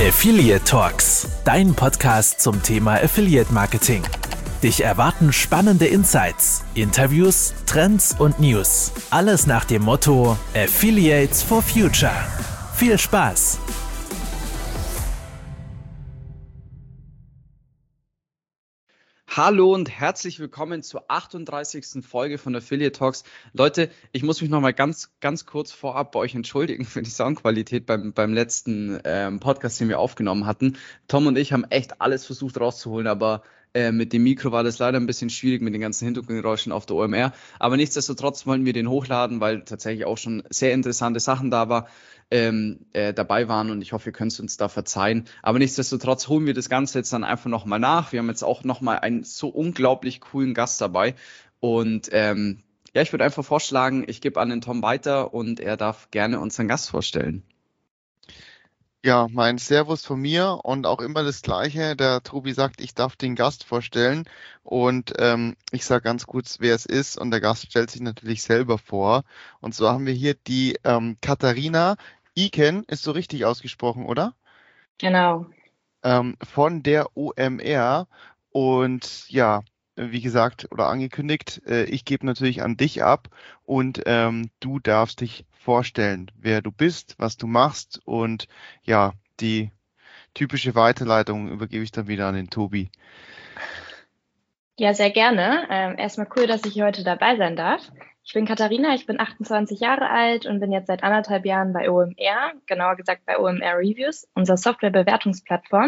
Affiliate Talks, dein Podcast zum Thema Affiliate Marketing. Dich erwarten spannende Insights, Interviews, Trends und News. Alles nach dem Motto Affiliates for Future. Viel Spaß! Hallo und herzlich willkommen zur 38. Folge von Affiliate Talks. Leute, ich muss mich nochmal ganz kurz vorab bei euch entschuldigen für die Soundqualität beim letzten Podcast, den wir aufgenommen hatten. Tom und ich haben echt alles versucht rauszuholen, aber mit dem Mikro war das leider ein bisschen schwierig mit den ganzen Hintergrundgeräuschen auf der OMR. Aber nichtsdestotrotz wollen wir den hochladen, weil tatsächlich auch schon sehr interessante Sachen dabei waren und ich hoffe, ihr könnt es uns da verzeihen. Aber nichtsdestotrotz holen wir das Ganze jetzt dann einfach nochmal nach. Wir haben jetzt auch nochmal einen so unglaublich coolen Gast dabei und ich würde einfach vorschlagen, ich gebe an den Tom weiter und er darf gerne unseren Gast vorstellen. Ja, mein Servus von mir und auch immer das Gleiche. Der Tobi sagt, ich darf den Gast vorstellen und ich sage ganz kurz, wer es ist und der Gast stellt sich natürlich selber vor. Und zwar haben wir hier die Katharina Iken, ist so richtig ausgesprochen, oder? Genau. Von der OMR und ja, wie gesagt oder angekündigt, ich gebe natürlich an dich ab und du darfst dich vorstellen, wer du bist, was du machst und ja, die typische Weiterleitung übergebe ich dann wieder an den Tobi. Ja, sehr gerne. Erstmal cool, dass ich hier heute dabei sein darf. Ich bin Katharina, ich bin 28 Jahre alt und bin jetzt seit 1,5 Jahren bei OMR, genauer gesagt bei OMR Reviews, unserer Softwarebewertungsplattform.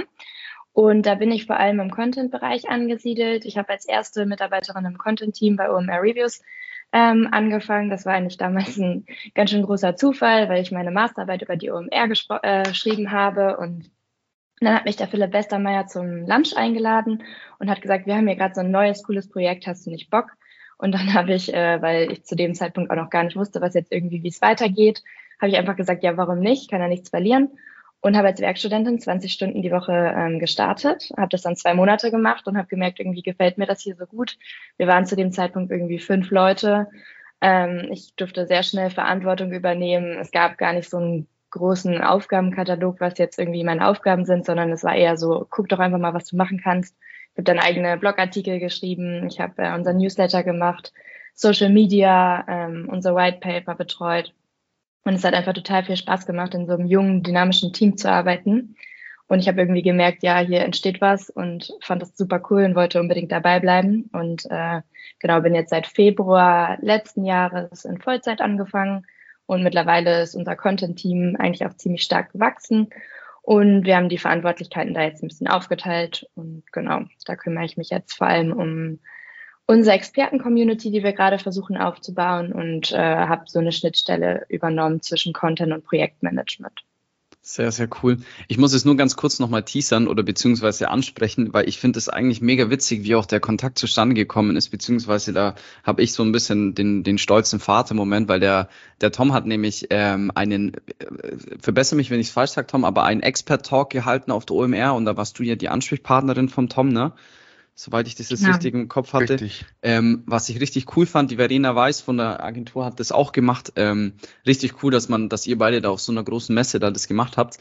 Und da bin ich vor allem im Content-Bereich angesiedelt. Ich habe als erste Mitarbeiterin im Content-Team bei OMR Reviews angefangen. Das war eigentlich damals ein ganz schön großer Zufall, weil ich meine Masterarbeit über die OMR geschrieben habe. Und dann hat mich der Philipp Westermeier zum Lunch eingeladen und hat gesagt, wir haben hier gerade so ein neues, cooles Projekt, hast du nicht Bock? Und dann habe ich, weil ich zu dem Zeitpunkt auch noch gar nicht wusste, wie es weitergeht, habe ich einfach gesagt, ja, warum nicht? Kann ja nichts verlieren. Und habe als Werkstudentin 20 Stunden die Woche gestartet, habe das dann 2 Monate gemacht und habe gemerkt, irgendwie gefällt mir das hier so gut. Wir waren zu dem Zeitpunkt irgendwie 5 Leute. Ich durfte sehr schnell Verantwortung übernehmen. Es gab gar nicht so einen großen Aufgabenkatalog, was jetzt irgendwie meine Aufgaben sind, sondern es war eher so, guck doch einfach mal, was du machen kannst. Ich habe dann eigene Blogartikel geschrieben, ich habe unser Newsletter gemacht, Social Media, unser White Paper betreut. Und es hat einfach total viel Spaß gemacht, in so einem jungen, dynamischen Team zu arbeiten. Und ich habe irgendwie gemerkt, ja, hier entsteht was und fand das super cool und wollte unbedingt dabei bleiben. Und bin jetzt seit Februar letzten Jahres in Vollzeit angefangen. Und mittlerweile ist unser Content-Team eigentlich auch ziemlich stark gewachsen. Und wir haben die Verantwortlichkeiten da jetzt ein bisschen aufgeteilt. Und genau, da kümmere ich mich jetzt vor allem um unsere Experten-Community, die wir gerade versuchen aufzubauen und habe so eine Schnittstelle übernommen zwischen Content und Projektmanagement. Sehr, sehr cool. Ich muss es nur ganz kurz nochmal teasern oder beziehungsweise ansprechen, weil ich finde es eigentlich mega witzig, wie auch der Kontakt zustande gekommen ist, beziehungsweise da habe ich so ein bisschen den stolzen Vater-Moment, weil der Tom hat nämlich verbessere mich, wenn ich es falsch sage, Tom, aber einen Expert-Talk gehalten auf der OMR und da warst du ja die Ansprechpartnerin vom Tom, ne? Soweit ich das jetzt richtig im Kopf hatte. Richtig. Was ich richtig cool fand, die Verena Weiß von der Agentur hat das auch gemacht. Richtig cool, dass ihr beide da auf so einer großen Messe da das gemacht habt.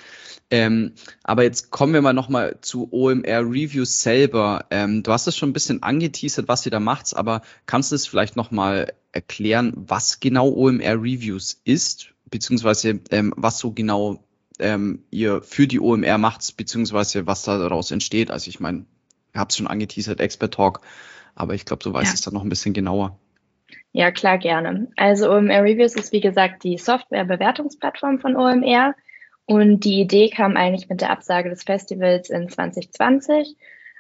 Aber jetzt kommen wir mal nochmal zu OMR Reviews selber. Du hast es schon ein bisschen angeteasert, was ihr da macht, aber kannst du es vielleicht nochmal erklären, was genau OMR Reviews ist, beziehungsweise was so genau ihr für die OMR macht, beziehungsweise was daraus entsteht? Also ich meine, ich habe es schon angeteasert, Expert Talk, aber ich glaube, du weißt es dann noch ein bisschen genauer. Ja, klar, gerne. Also OMR Reviews ist, wie gesagt, die Software-Bewertungsplattform von OMR und die Idee kam eigentlich mit der Absage des Festivals in 2020,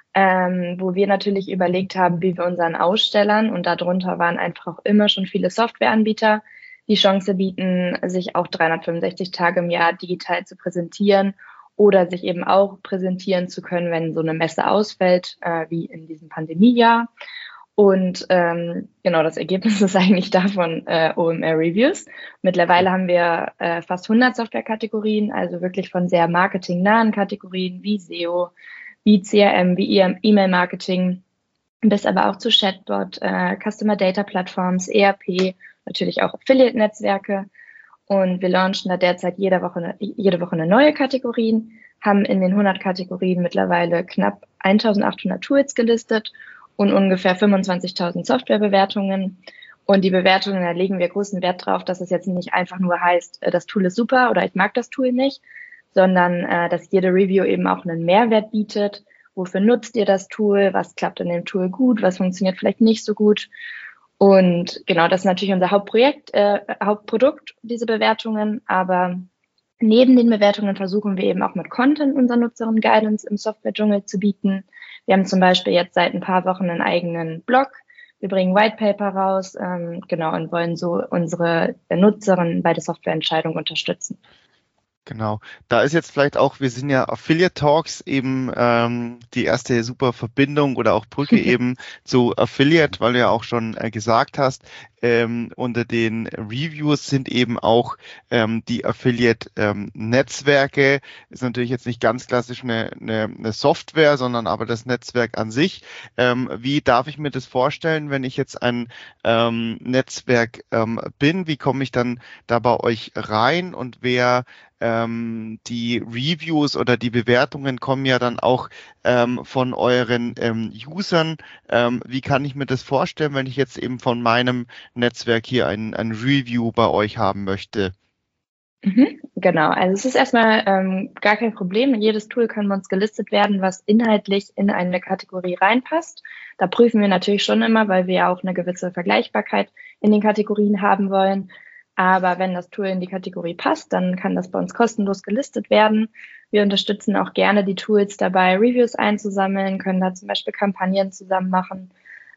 wo wir natürlich überlegt haben, wie wir unseren Ausstellern, und darunter waren einfach auch immer schon viele Softwareanbieter, die Chance bieten, sich auch 365 Tage im Jahr digital zu präsentieren oder sich eben auch präsentieren zu können, wenn so eine Messe ausfällt, wie in diesem Pandemiejahr. Und das Ergebnis ist eigentlich davon OMR Reviews. Mittlerweile haben wir fast 100 Softwarekategorien, also wirklich von sehr marketingnahen Kategorien wie SEO, wie CRM, wie E-Mail-Marketing, bis aber auch zu Chatbot, Customer Data Plattforms, ERP, natürlich auch Affiliate-Netzwerke. Und wir launchen da derzeit jede Woche eine neue Kategorie, haben in den 100 Kategorien mittlerweile knapp 1800 Tools gelistet und ungefähr 25.000 Softwarebewertungen. Und die Bewertungen, da legen wir großen Wert drauf, dass es jetzt nicht einfach nur heißt, das Tool ist super oder ich mag das Tool nicht, sondern dass jede Review eben auch einen Mehrwert bietet. Wofür nutzt ihr das Tool? Was klappt in dem Tool gut? Was funktioniert vielleicht nicht so gut? Und genau, das ist natürlich unser Hauptprodukt, diese Bewertungen. Aber neben den Bewertungen versuchen wir eben auch mit Content unseren Nutzerinnen Guidance im Software-Dschungel zu bieten. Wir haben zum Beispiel jetzt seit ein paar Wochen einen eigenen Blog. Wir bringen White Paper raus, genau, und wollen so unsere Nutzerinnen bei der Softwareentscheidung unterstützen. Genau. Da ist jetzt vielleicht auch, wir sind ja Affiliate Talks eben die erste super Verbindung oder auch Brücke eben zu Affiliate, weil du ja auch schon gesagt hast, unter den Reviews sind eben auch die Affiliate-Netzwerke. Ist natürlich jetzt nicht ganz klassisch eine Software, sondern aber das Netzwerk an sich. Wie darf ich mir das vorstellen, wenn ich jetzt ein Netzwerk bin? Wie komme ich dann da bei euch rein und wer die Reviews oder die Bewertungen kommen ja dann auch von euren Usern. Wie kann ich mir das vorstellen, wenn ich jetzt eben von meinem Netzwerk hier ein Review bei euch haben möchte? Genau, also es ist erstmal gar kein Problem. Jedes Tool kann bei uns gelistet werden, was inhaltlich in eine Kategorie reinpasst. Da prüfen wir natürlich schon immer, weil wir ja auch eine gewisse Vergleichbarkeit in den Kategorien haben wollen. Aber wenn das Tool in die Kategorie passt, dann kann das bei uns kostenlos gelistet werden. Wir unterstützen auch gerne die Tools dabei, Reviews einzusammeln, können da zum Beispiel Kampagnen zusammen machen.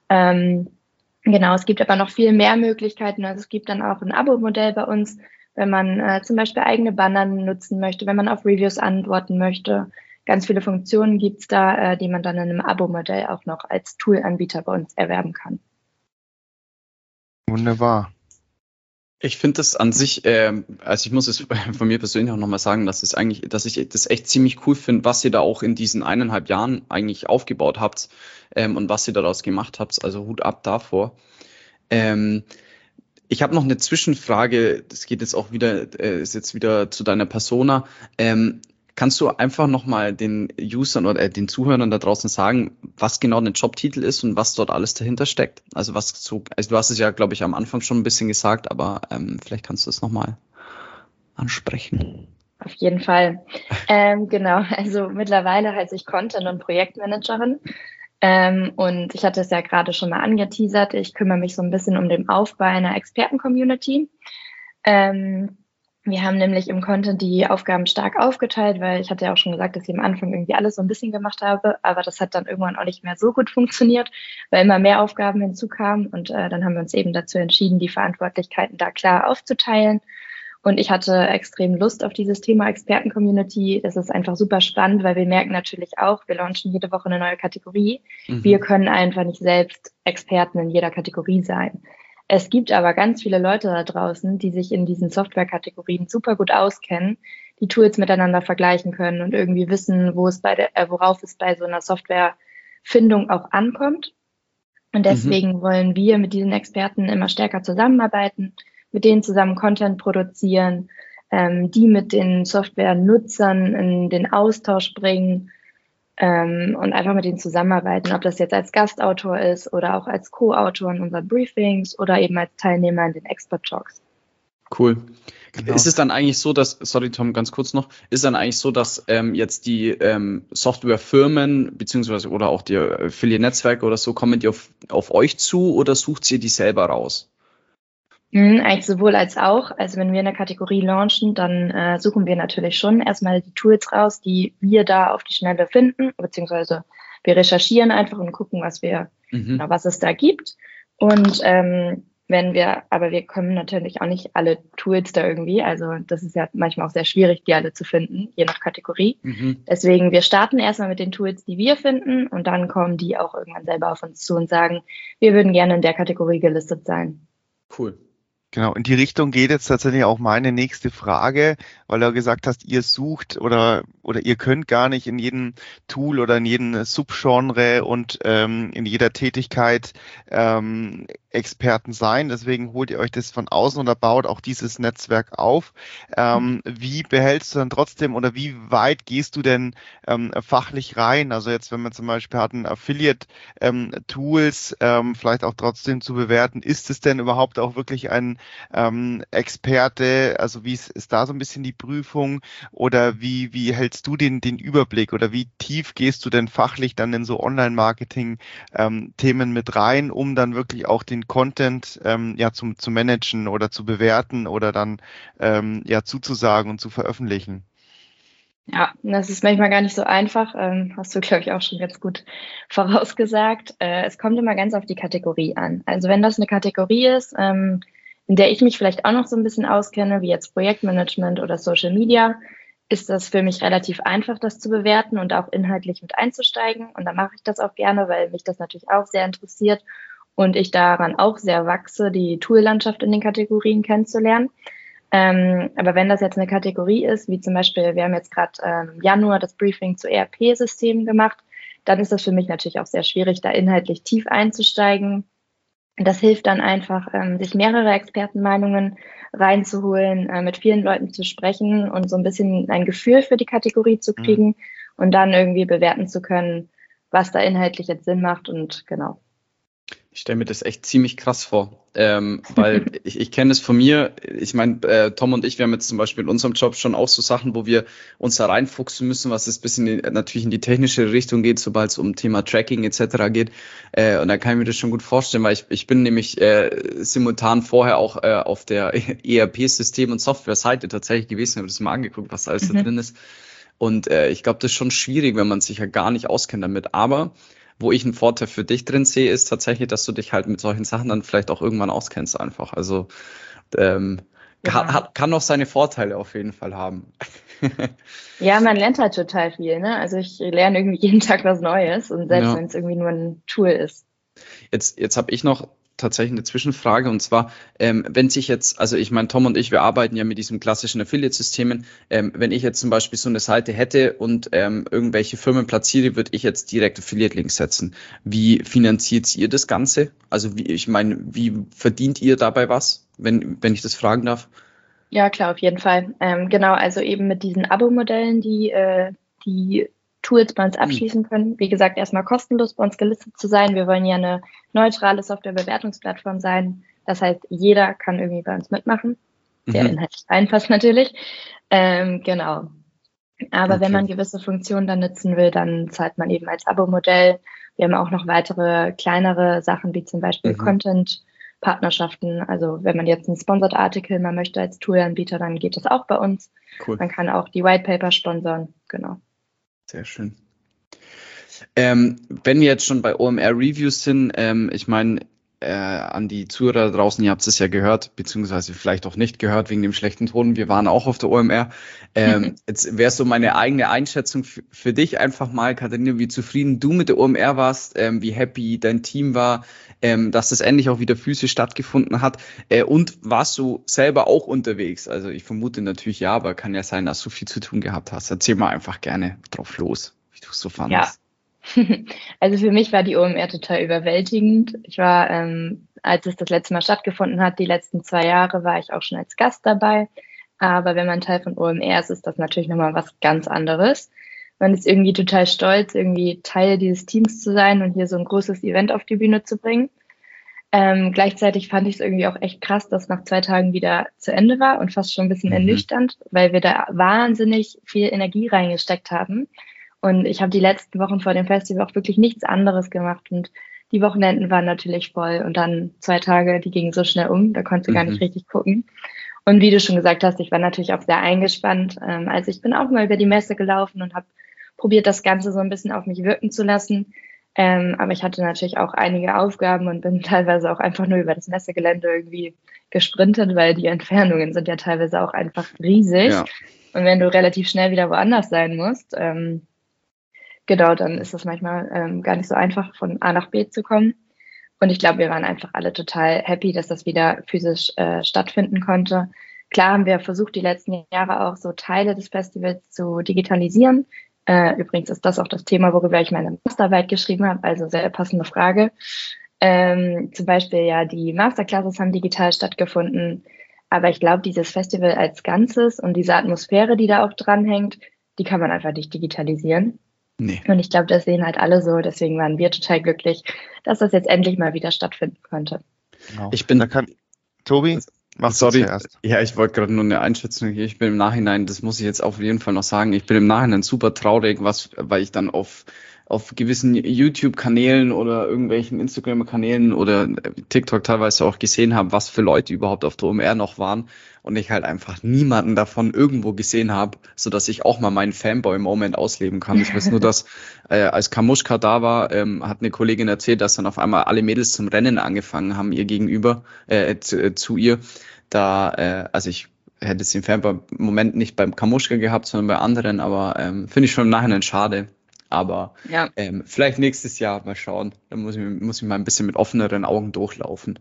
Genau, es gibt aber noch viel mehr Möglichkeiten. Also es gibt dann auch ein Abo-Modell bei uns, wenn man zum Beispiel eigene Banner nutzen möchte, wenn man auf Reviews antworten möchte. Ganz viele Funktionen gibt's da, die man dann in einem Abo-Modell auch noch als Toolanbieter bei uns erwerben kann. Wunderbar. Ich finde das an sich, also ich muss es von mir persönlich auch nochmal sagen, dass ich das echt ziemlich cool finde, was ihr da auch in diesen 1,5 Jahren eigentlich aufgebaut habt und was ihr daraus gemacht habt. Also Hut ab davor. Ich habe noch eine Zwischenfrage, das geht jetzt auch wieder, ist jetzt wieder zu deiner Persona. Kannst du einfach nochmal den Usern oder den Zuhörern da draußen sagen, was genau der Jobtitel ist und was dort alles dahinter steckt? Also du hast es ja, glaube ich, am Anfang schon ein bisschen gesagt, aber vielleicht kannst du es nochmal ansprechen. Auf jeden Fall. Genau, also mittlerweile heiße ich Content- und Projektmanagerin. Und ich hatte es ja gerade schon mal angeteasert. Ich kümmere mich so ein bisschen um den Aufbau einer Experten-Community. Wir haben nämlich im Content die Aufgaben stark aufgeteilt, weil ich hatte ja auch schon gesagt, dass ich am Anfang irgendwie alles so ein bisschen gemacht habe, aber das hat dann irgendwann auch nicht mehr so gut funktioniert, weil immer mehr Aufgaben hinzukamen und dann haben wir uns eben dazu entschieden, die Verantwortlichkeiten da klar aufzuteilen. Und ich hatte extrem Lust auf dieses Thema Experten-Community. Das ist einfach super spannend, weil wir merken natürlich auch, wir launchen jede Woche eine neue Kategorie. Wir können einfach nicht selbst Experten in jeder Kategorie sein. Es gibt aber ganz viele Leute da draußen, die sich in diesen Software-Kategorien super gut auskennen, die Tools miteinander vergleichen können und irgendwie wissen, worauf es bei so einer Softwarefindung auch ankommt. Und deswegen wollen wir mit diesen Experten immer stärker zusammenarbeiten, mit denen zusammen Content produzieren, die mit den Software-Nutzern in den Austausch bringen und einfach mit denen zusammenarbeiten, ob das jetzt als Gastautor ist oder auch als Co-Autor in unseren Briefings oder eben als Teilnehmer in den Expert-Talks. Cool. Genau. Ist es dann eigentlich so, dass, sorry Tom, ganz kurz noch, ist dann eigentlich so, dass jetzt die Softwarefirmen beziehungsweise oder auch die Affiliate-Netzwerke oder so, kommen die auf euch zu oder sucht ihr die selber raus? Eigentlich sowohl als auch. Also wenn wir eine Kategorie launchen, dann suchen wir natürlich schon erstmal die Tools raus, die wir da auf die Schnelle finden, beziehungsweise wir recherchieren einfach und gucken, was es da gibt. Und aber wir können natürlich auch nicht alle Tools da irgendwie, also das ist ja manchmal auch sehr schwierig, die alle zu finden, je nach Kategorie. Deswegen, wir starten erstmal mit den Tools, die wir finden und dann kommen die auch irgendwann selber auf uns zu und sagen, wir würden gerne in der Kategorie gelistet sein. Cool. Genau, in die Richtung geht jetzt tatsächlich auch meine nächste Frage, weil du gesagt hast, ihr sucht oder ihr könnt gar nicht in jedem Tool oder in jedem Subgenre und in jeder Tätigkeit Experten sein. Deswegen holt ihr euch das von außen oder baut auch dieses Netzwerk auf. Wie behältst du dann trotzdem oder wie weit gehst du denn fachlich rein? Also jetzt, wenn man zum Beispiel hat ein Affiliate-Tools, vielleicht auch trotzdem zu bewerten, ist es denn überhaupt auch wirklich ein Experte, also wie ist da so ein bisschen die Prüfung oder wie hältst du den Überblick oder wie tief gehst du denn fachlich dann in so Online-Marketing-Themen mit rein, um dann wirklich auch den Content zu managen oder zu bewerten oder dann zuzusagen und zu veröffentlichen? Ja, das ist manchmal gar nicht so einfach. Hast du, glaube ich, auch schon ganz gut vorausgesagt. Es kommt immer ganz auf die Kategorie an. Also wenn das eine Kategorie ist, in der ich mich vielleicht auch noch so ein bisschen auskenne, wie jetzt Projektmanagement oder Social Media, ist das für mich relativ einfach, das zu bewerten und auch inhaltlich mit einzusteigen. Und dann mache ich das auch gerne, weil mich das natürlich auch sehr interessiert und ich daran auch sehr wachse, die Toollandschaft in den Kategorien kennenzulernen. Aber wenn das jetzt eine Kategorie ist, wie zum Beispiel, wir haben jetzt gerade im Januar das Briefing zu ERP-Systemen gemacht, dann ist das für mich natürlich auch sehr schwierig, da inhaltlich tief einzusteigen. Das hilft dann einfach, sich mehrere Expertenmeinungen reinzuholen, mit vielen Leuten zu sprechen und so ein bisschen ein Gefühl für die Kategorie zu kriegen und dann irgendwie bewerten zu können, was da inhaltlich jetzt Sinn macht und genau. Ich stelle mir das echt ziemlich krass vor, weil ich kenne es von mir. Ich meine, Tom und ich, wir haben jetzt zum Beispiel in unserem Job schon auch so Sachen, wo wir uns da reinfuchsen müssen, was es ein bisschen natürlich in die technische Richtung geht, sobald es um Thema Tracking etc. geht. Und da kann ich mir das schon gut vorstellen, weil ich bin nämlich simultan vorher auch auf der ERP-System- und Software-Seite tatsächlich gewesen, habe das mal angeguckt, was da alles da drin ist. Und ich glaube, das ist schon schwierig, wenn man sich ja gar nicht auskennt damit. Aber wo ich einen Vorteil für dich drin sehe, ist tatsächlich, dass du dich halt mit solchen Sachen dann vielleicht auch irgendwann auskennst einfach. Also kann auch seine Vorteile auf jeden Fall haben. Ja, man lernt halt total viel, ne? Also ich lerne irgendwie jeden Tag was Neues und selbst wenn es irgendwie nur ein Tool ist. Jetzt habe ich noch tatsächlich eine Zwischenfrage und zwar, wenn sich jetzt, also ich meine, Tom und ich, wir arbeiten ja mit diesen klassischen Affiliate-Systemen, wenn ich jetzt zum Beispiel so eine Seite hätte und irgendwelche Firmen platziere, würde ich jetzt direkt Affiliate-Links setzen. Wie finanziert ihr das Ganze? Also wie verdient ihr dabei was, wenn ich das fragen darf? Ja, klar, auf jeden Fall. Genau, also eben mit diesen Abo-Modellen, die Tools bei uns abschließen können. Wie gesagt, erstmal kostenlos bei uns gelistet zu sein. Wir wollen ja eine neutrale Softwarebewertungsplattform sein. Das heißt, jeder kann irgendwie bei uns mitmachen. Der inhaltlich reinpasst natürlich. Genau. Aber wenn man gewisse Funktionen dann nutzen will, dann zahlt man eben als Abo-Modell. Wir haben auch noch weitere kleinere Sachen, wie zum Beispiel Content-Partnerschaften. Also wenn man jetzt einen Sponsored Article mal möchte als Toolanbieter, dann geht das auch bei uns. Cool. Man kann auch die White Paper sponsern. Genau. Sehr schön. Wenn wir jetzt schon bei OMR Reviews sind, ich meine, an die Zuhörer draußen, ihr habt es ja gehört, beziehungsweise vielleicht auch nicht gehört wegen dem schlechten Ton. Wir waren auch auf der OMR. Jetzt wäre so meine eigene Einschätzung für dich einfach mal, Katharina, wie zufrieden du mit der OMR warst, wie happy dein Team war, dass das endlich auch wieder physisch stattgefunden hat. Und warst du selber auch unterwegs? Also ich vermute natürlich ja, aber kann ja sein, dass du viel zu tun gehabt hast. Erzähl mal einfach gerne drauf los, wie du es so fandest. Ja. Also für mich war die OMR total überwältigend. Ich war, als es das letzte Mal stattgefunden hat, die letzten 2 Jahre, war ich auch schon als Gast dabei. Aber wenn man Teil von OMR ist, ist das natürlich nochmal was ganz anderes. Man ist irgendwie total stolz, irgendwie Teil dieses Teams zu sein und hier so ein großes Event auf die Bühne zu bringen. Gleichzeitig fand ich es irgendwie auch echt krass, dass nach 2 Tagen wieder zu Ende war und fast schon ein bisschen ernüchternd, weil wir da wahnsinnig viel Energie reingesteckt haben. Und ich habe die letzten Wochen vor dem Festival auch wirklich nichts anderes gemacht. Und die Wochenenden waren natürlich voll. Und dann 2 Tage, die gingen so schnell um, da konnte gar nicht richtig gucken. Und wie du schon gesagt hast, ich war natürlich auch sehr eingespannt. Also ich bin auch mal über die Messe gelaufen und habe probiert, das Ganze so ein bisschen auf mich wirken zu lassen. Aber ich hatte natürlich auch einige Aufgaben und bin teilweise auch einfach nur über das Messegelände irgendwie gesprintet, weil die Entfernungen sind ja teilweise auch einfach riesig. Ja. Und wenn du relativ schnell wieder woanders sein musst, genau, dann ist es manchmal gar nicht so einfach, von A nach B zu kommen. Und ich glaube, wir waren einfach alle total happy, dass das wieder physisch stattfinden konnte. Klar haben wir versucht, die letzten Jahre auch so Teile des Festivals zu digitalisieren. Übrigens ist das auch das Thema, worüber ich meine Masterarbeit geschrieben habe, also sehr passende Frage. Zum Beispiel ja, die Masterclasses haben digital stattgefunden. Aber ich glaube, dieses Festival als Ganzes und diese Atmosphäre, die da auch dranhängt, die kann man einfach nicht digitalisieren. Nee. Und ich glaube, das sehen halt alle so. Deswegen waren wir total glücklich, dass das jetzt endlich mal wieder stattfinden konnte. Genau. Ich bin, Tobi, machst du zuerst. Ja, ich wollte gerade nur eine Einschätzung hier. Ich bin im Nachhinein, das muss ich jetzt auf jeden Fall noch sagen, ich bin im Nachhinein super traurig, weil ich dann auf gewissen YouTube-Kanälen oder irgendwelchen Instagram-Kanälen oder TikTok teilweise auch gesehen habe, was für Leute überhaupt auf der OMR noch waren und ich halt einfach niemanden davon irgendwo gesehen habe, sodass ich auch mal meinen Fanboy-Moment ausleben kann. Ich weiß nur, dass als Kamuschka da war, hat eine Kollegin erzählt, dass dann auf einmal alle Mädels zum Rennen angefangen haben, ihr gegenüber, zu ihr. Also ich hätte jetzt den Fanboy-Moment nicht beim Kamuschka gehabt, sondern bei anderen, aber finde ich schon im Nachhinein schade. Aber Ja. Vielleicht nächstes Jahr mal schauen. Da muss ich mal ein bisschen mit offeneren Augen durchlaufen.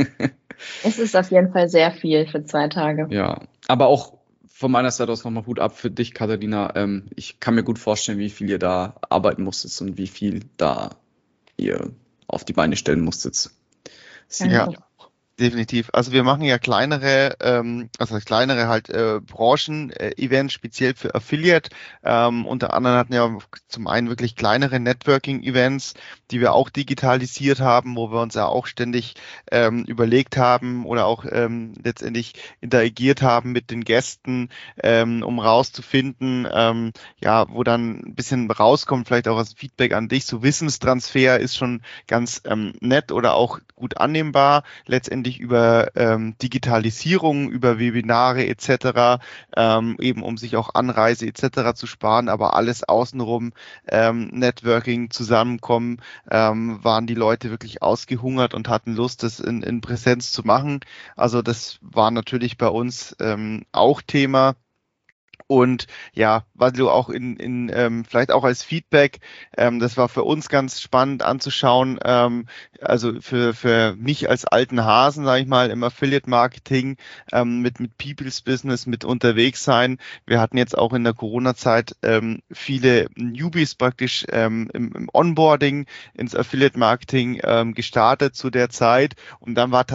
Es ist auf jeden Fall sehr viel für 2 Tage. Ja, aber auch von meiner Seite aus nochmal Hut ab für dich, Katharina. Ich kann mir gut vorstellen, wie viel ihr da arbeiten musstet und wie viel da ihr auf die Beine stellen musstet. Ja, definitiv. Also wir machen ja kleinere halt Branchen-Events, speziell für Affiliate. Unter anderem hatten wir zum einen wirklich kleinere Networking-Events, die wir auch digitalisiert haben, wo wir uns ja auch ständig überlegt haben oder auch letztendlich interagiert haben mit den Gästen, um rauszufinden, wo dann ein bisschen rauskommt, vielleicht auch als Feedback an dich. So Wissenstransfer ist schon ganz nett oder auch gut annehmbar. Letztendlich über Digitalisierung, über Webinare etc., eben um sich auch Anreise etc. zu sparen, aber alles außenrum, Networking, Zusammenkommen, waren die Leute wirklich ausgehungert und hatten Lust, das in Präsenz zu machen. Also das war natürlich bei uns auch Thema. Und ja, was du auch vielleicht auch als Feedback, das war für uns ganz spannend anzuschauen, also für mich als alten Hasen, sage ich mal, im Affiliate-Marketing, mit People's Business, mit unterwegs sein. Wir hatten jetzt auch in der Corona-Zeit viele Newbies praktisch im Onboarding ins Affiliate-Marketing gestartet zu der Zeit. Und dann war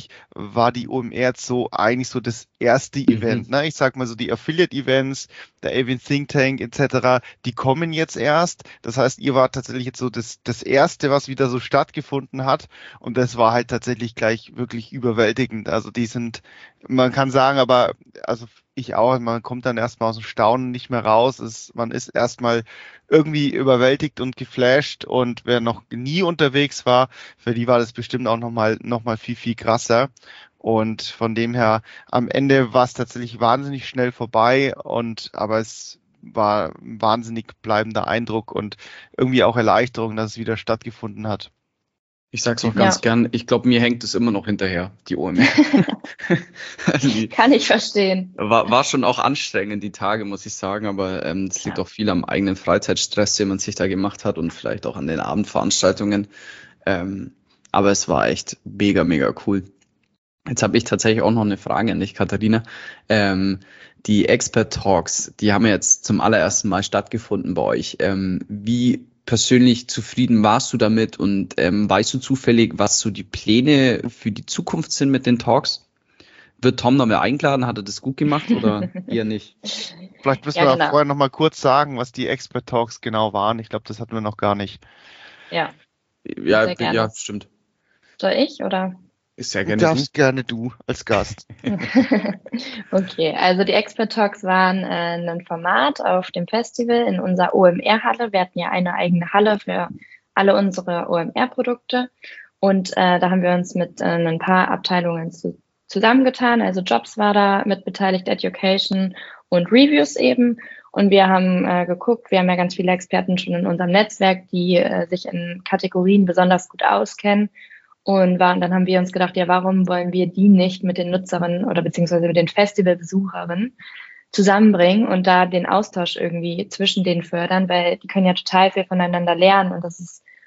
die OMR jetzt so eigentlich so das erste Event. Ne? Ich sag mal so die Affiliate-Events, der Avian Think Tank etc., die kommen jetzt erst. Das heißt, ihr wart tatsächlich jetzt so das erste, was wieder so stattgefunden hat. Und das war halt tatsächlich gleich wirklich überwältigend. Also man kann sagen, aber also ich auch, man kommt dann erstmal aus dem Staunen nicht mehr raus. Man ist erstmal irgendwie überwältigt und geflasht. Und wer noch nie unterwegs war, für die war das bestimmt auch noch mal viel, viel krasser. Und von dem her, am Ende war es tatsächlich wahnsinnig schnell vorbei, aber es war ein wahnsinnig bleibender Eindruck und irgendwie auch Erleichterung, dass es wieder stattgefunden hat. Ich sag's auch ganz gern, ich glaube, mir hängt es immer noch hinterher, die OMR. Also kann ich verstehen. War schon auch anstrengend, die Tage, muss ich sagen, aber es liegt auch viel am eigenen Freizeitstress, den man sich da gemacht hat und vielleicht auch an den Abendveranstaltungen. Aber es war echt mega, mega cool. Jetzt habe ich tatsächlich auch noch eine Frage an dich, Katharina. Die Expert Talks, die haben jetzt zum allerersten Mal stattgefunden bei euch. Wie persönlich zufrieden warst du damit und weißt du zufällig, was so die Pläne für die Zukunft sind mit den Talks? Wird Tom noch mal eingeladen? Hat er das gut gemacht oder eher nicht? Vielleicht müssen wir vorher noch mal kurz sagen, was die Expert Talks genau waren. Ich glaube, das hatten wir noch gar nicht. Ja, stimmt. Soll ich oder? Ist ja gerne du als Gast. Okay, also die Expert Talks waren ein Format auf dem Festival in unserer OMR-Halle. Wir hatten ja eine eigene Halle für alle unsere OMR-Produkte und da haben wir uns mit ein paar Abteilungen zusammengetan. Also Jobs war da mit beteiligt, Education und Reviews eben. Und wir haben geguckt, wir haben ja ganz viele Experten schon in unserem Netzwerk, die sich in Kategorien besonders gut auskennen. Und dann haben wir uns gedacht, ja, warum wollen wir die nicht mit den Nutzerinnen oder beziehungsweise mit den Festivalbesucherinnen zusammenbringen und da den Austausch irgendwie zwischen denen fördern, weil die können ja total viel voneinander lernen und das ist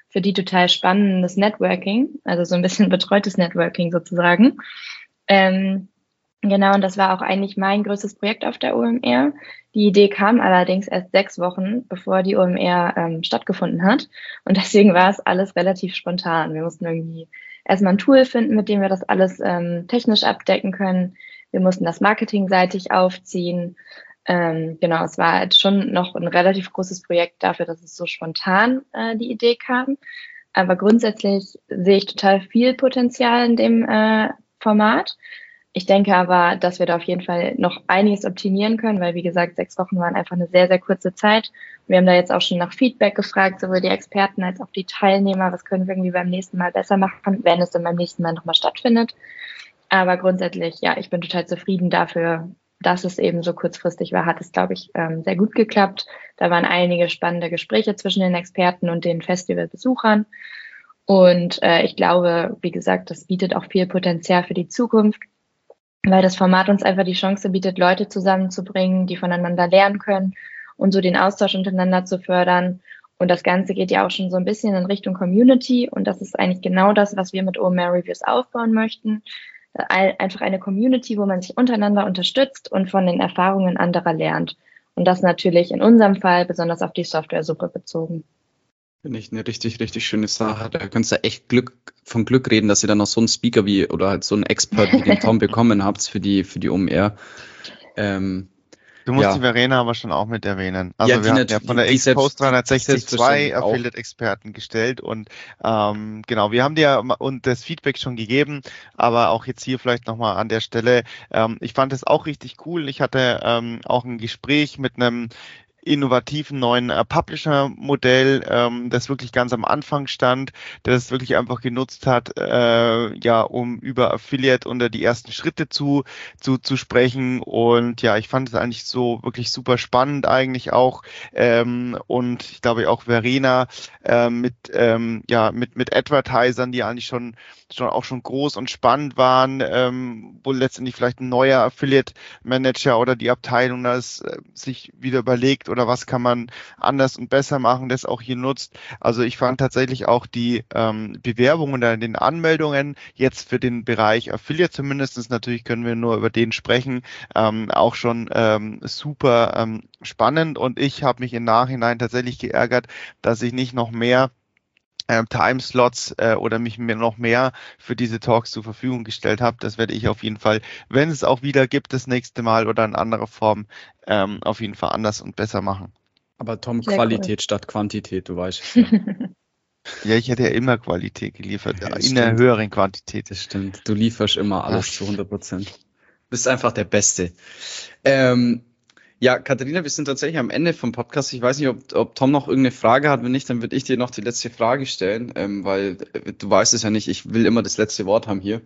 für die total spannendes Networking, also so ein bisschen betreutes Networking sozusagen. Genau, und das war auch eigentlich mein größtes Projekt auf der OMR. Die Idee kam allerdings erst 6 Wochen, bevor die OMR stattgefunden hat. Und deswegen war es alles relativ spontan. Wir mussten irgendwie erstmal ein Tool finden, mit dem wir das alles technisch abdecken können. Wir mussten das marketingseitig aufziehen. Genau, es war halt schon noch ein relativ großes Projekt dafür, dass es so spontan die Idee kam. Aber grundsätzlich sehe ich total viel Potenzial in dem Format. Ich denke aber, dass wir da auf jeden Fall noch einiges optimieren können, weil, wie gesagt, 6 Wochen waren einfach eine sehr, sehr kurze Zeit. Wir haben da jetzt auch schon nach Feedback gefragt, sowohl die Experten als auch die Teilnehmer. Was können wir irgendwie beim nächsten Mal besser machen, wenn es dann beim nächsten Mal nochmal stattfindet. Aber grundsätzlich, ja, ich bin total zufrieden dafür, dass es eben so kurzfristig war, hat es, glaube ich, sehr gut geklappt. Da waren einige spannende Gespräche zwischen den Experten und den Festivalbesuchern. Und ich glaube, wie gesagt, das bietet auch viel Potenzial für die Zukunft, weil das Format uns einfach die Chance bietet, Leute zusammenzubringen, die voneinander lernen können und so den Austausch untereinander zu fördern. Und das Ganze geht ja auch schon so ein bisschen in Richtung Community. Und das ist eigentlich genau das, was wir mit OMR Reviews aufbauen möchten. Einfach eine Community, wo man sich untereinander unterstützt und von den Erfahrungen anderer lernt. Und das natürlich in unserem Fall besonders auf die Softwaresuche bezogen. Finde ich eine richtig, richtig schöne Sache. Da könnt ihr echt von Glück reden, dass ihr dann noch so einen Speaker oder halt so einen Expert wie den Tom bekommen habt für die OMR. Du musst die Verena aber schon auch mit erwähnen. Also ja, wir hatten ja von der X-Post 360 2 Affiliate-Experten gestellt und genau, wir haben dir und das Feedback schon gegeben, aber auch jetzt hier vielleicht nochmal an der Stelle. Ich fand es auch richtig cool. Ich hatte auch ein Gespräch mit einem innovativen neuen Publisher-Modell, das wirklich ganz am Anfang stand, der das wirklich einfach genutzt hat, um über Affiliate unter die ersten Schritte zu sprechen. Und ja, ich fand es eigentlich so wirklich super spannend eigentlich auch. Und ich glaube auch Verena mit Advertisern, die eigentlich schon groß und spannend waren, wo letztendlich vielleicht ein neuer Affiliate-Manager oder die Abteilung das sich wieder überlegt, oder was kann man anders und besser machen, das auch hier nutzt. Also ich fand tatsächlich auch die Bewerbungen oder den Anmeldungen jetzt für den Bereich Affiliate zumindest, natürlich können wir nur über den sprechen, auch schon super spannend, und ich habe mich im Nachhinein tatsächlich geärgert, dass ich nicht noch mehr Timeslots oder mich noch mehr für diese Talks zur Verfügung gestellt habe. Das werde ich auf jeden Fall, wenn es auch wieder gibt, das nächste Mal oder in anderer Form, auf jeden Fall anders und besser machen. Aber Tom, sehr Qualität statt Quantität, du weißt es ja. Ja, ich hätte ja immer Qualität geliefert, in einer höheren Quantität. Das stimmt, du lieferst immer alles zu 100%. Du bist einfach der Beste. Ja, Katharina, wir sind tatsächlich am Ende vom Podcast. Ich weiß nicht, ob Tom noch irgendeine Frage hat. Wenn nicht, dann würde ich dir noch die letzte Frage stellen, weil du weißt es ja nicht, ich will immer das letzte Wort haben hier.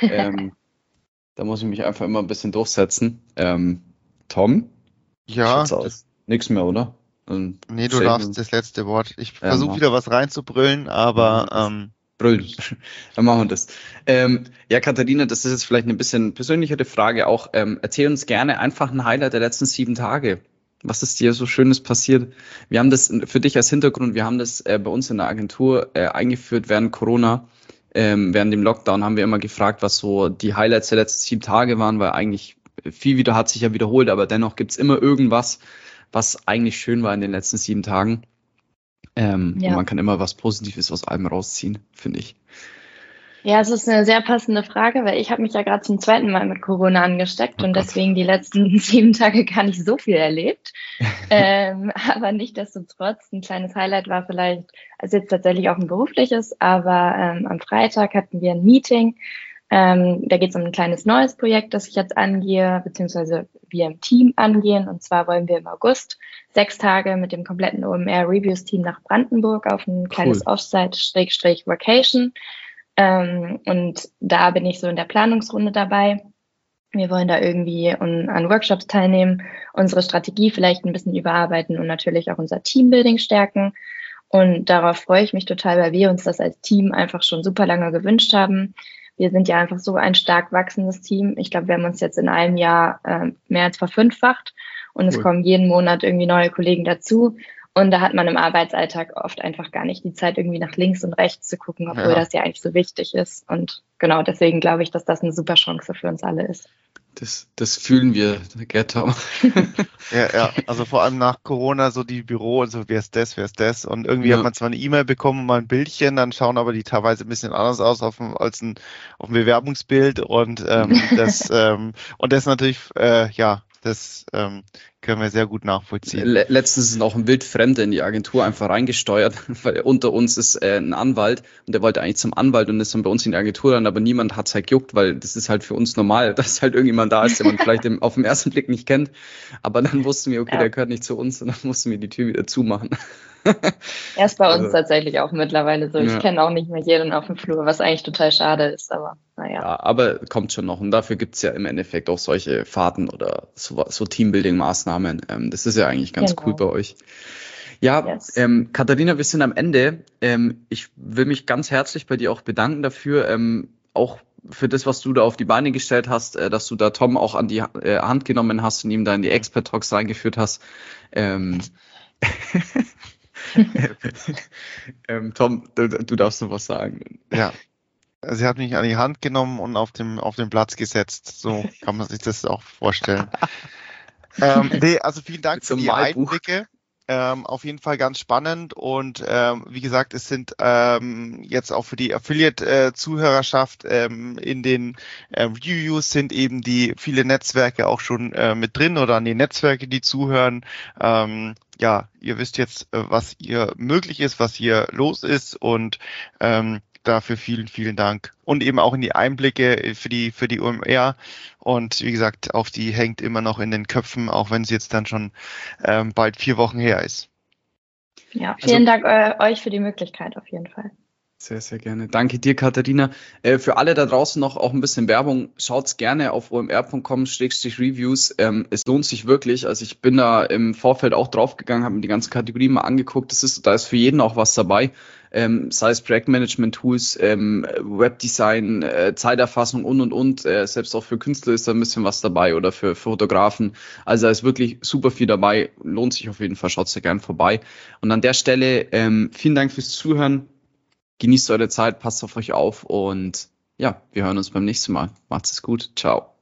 Da muss ich mich einfach immer ein bisschen durchsetzen. Tom? Ja. Nichts mehr, oder? Nee, du darfst das letzte Wort. Ich versuche wieder was reinzubrüllen, aber... Brüllen. Dann machen wir das. Ja, Katharina, das ist jetzt vielleicht eine bisschen persönlichere Frage auch. Erzähl uns gerne einfach ein Highlight der letzten 7 Tage. Was ist dir so Schönes passiert? Wir haben das für dich als Hintergrund, wir haben das bei uns in der Agentur eingeführt während Corona. Während dem Lockdown haben wir immer gefragt, was so die Highlights der letzten 7 Tage waren, weil eigentlich viel hat sich ja wiederholt, aber dennoch gibt's immer irgendwas, was eigentlich schön war in den letzten 7 Tagen. Und man kann immer was Positives aus allem rausziehen, finde ich. Ja, es ist eine sehr passende Frage, weil ich habe mich ja gerade zum 2. Mal mit Corona angesteckt und deswegen die letzten 7 Tage gar nicht so viel erlebt. Aber nichtsdestotrotz, ein kleines Highlight war vielleicht, also jetzt tatsächlich auch ein berufliches, aber am Freitag hatten wir ein Meeting. Da geht es um ein kleines neues Projekt, das ich jetzt angehe, beziehungsweise wir im Team angehen. Und zwar wollen wir im August 6 Tage mit dem kompletten OMR Reviews Team nach Brandenburg auf ein kleines Offsite-Vacation. Und da bin ich so in der Planungsrunde dabei. Wir wollen da irgendwie an Workshops teilnehmen, unsere Strategie vielleicht ein bisschen überarbeiten und natürlich auch unser Teambuilding stärken. Und darauf freue ich mich total, weil wir uns das als Team einfach schon super lange gewünscht haben. Wir sind ja einfach so ein stark wachsendes Team. Ich glaube, wir haben uns jetzt in einem Jahr mehr als verfünffacht und es kommen jeden Monat irgendwie neue Kollegen dazu. Und da hat man im Arbeitsalltag oft einfach gar nicht die Zeit, irgendwie nach links und rechts zu gucken, obwohl das ja eigentlich so wichtig ist. Und genau deswegen glaube ich, dass das eine super Chance für uns alle ist. Das fühlen wir, Tom. Ja, also vor allem nach Corona so die Büro, also wer ist das? Und irgendwie hat man zwar eine E-Mail bekommen, mal ein Bildchen, dann schauen aber die teilweise ein bisschen anders aus auf dem Bewerbungsbild und das natürlich, das können wir sehr gut nachvollziehen. Letztens ist auch ein Wildfremder in die Agentur einfach reingesteuert, weil unter uns ist ein Anwalt und der wollte eigentlich zum Anwalt und ist dann bei uns in die Agentur dann, aber niemand hat es halt gejuckt, weil das ist halt für uns normal, dass halt irgendjemand da ist, den man vielleicht auf den ersten Blick nicht kennt. Aber dann wussten wir, okay, der gehört nicht zu uns und dann mussten wir die Tür wieder zumachen. Er ist bei uns tatsächlich auch mittlerweile so. Ich kenne auch nicht mehr jeden auf dem Flur, was eigentlich total schade ist, aber naja. Ja, aber kommt schon noch. Und dafür gibt es ja im Endeffekt auch solche Fahrten oder so Teambuilding-Maßnahmen. Das ist ja eigentlich ganz cool bei euch. Ja, yes. Katharina, wir sind am Ende. Ich will mich ganz herzlich bei dir auch bedanken dafür, auch für das, was du da auf die Beine gestellt hast, dass du da Tom auch an die Hand genommen hast und ihm da in die Expert-Talks reingeführt hast. Tom, du darfst noch was sagen. Ja, sie hat mich an die Hand genommen und auf den Platz gesetzt. So kann man sich das auch vorstellen. Also vielen Dank für die Einblicke. Auf jeden Fall ganz spannend und wie gesagt, es sind jetzt auch für die Affiliate-Zuhörerschaft in den Reviews sind eben die viele Netzwerke auch schon mit drin oder an die Netzwerke, die zuhören. Ja, ihr wisst jetzt, was hier möglich ist, was hier los ist und dafür vielen, vielen Dank. Und eben auch in die Einblicke für die OMR. Und wie gesagt, auf die hängt immer noch in den Köpfen, auch wenn sie jetzt dann schon bald 4 Wochen her ist. Ja, vielen Dank euch für die Möglichkeit auf jeden Fall. Sehr, sehr gerne. Danke dir, Katharina. Für alle da draußen noch auch ein bisschen Werbung. Schaut's gerne auf omr.com/reviews. Es lohnt sich wirklich. Also ich bin da im Vorfeld auch draufgegangen, habe mir die ganzen Kategorien mal angeguckt. Da ist für jeden auch was dabei. Sei es Projektmanagement-Tools, Webdesign, Zeiterfassung und. Selbst auch für Künstler ist da ein bisschen was dabei oder für Fotografen. Also da ist wirklich super viel dabei. Lohnt sich auf jeden Fall. Schaut's da gerne vorbei. Und an der Stelle vielen Dank fürs Zuhören. Genießt eure Zeit, passt auf euch auf und ja, wir hören uns beim nächsten Mal. Macht's es gut. Ciao.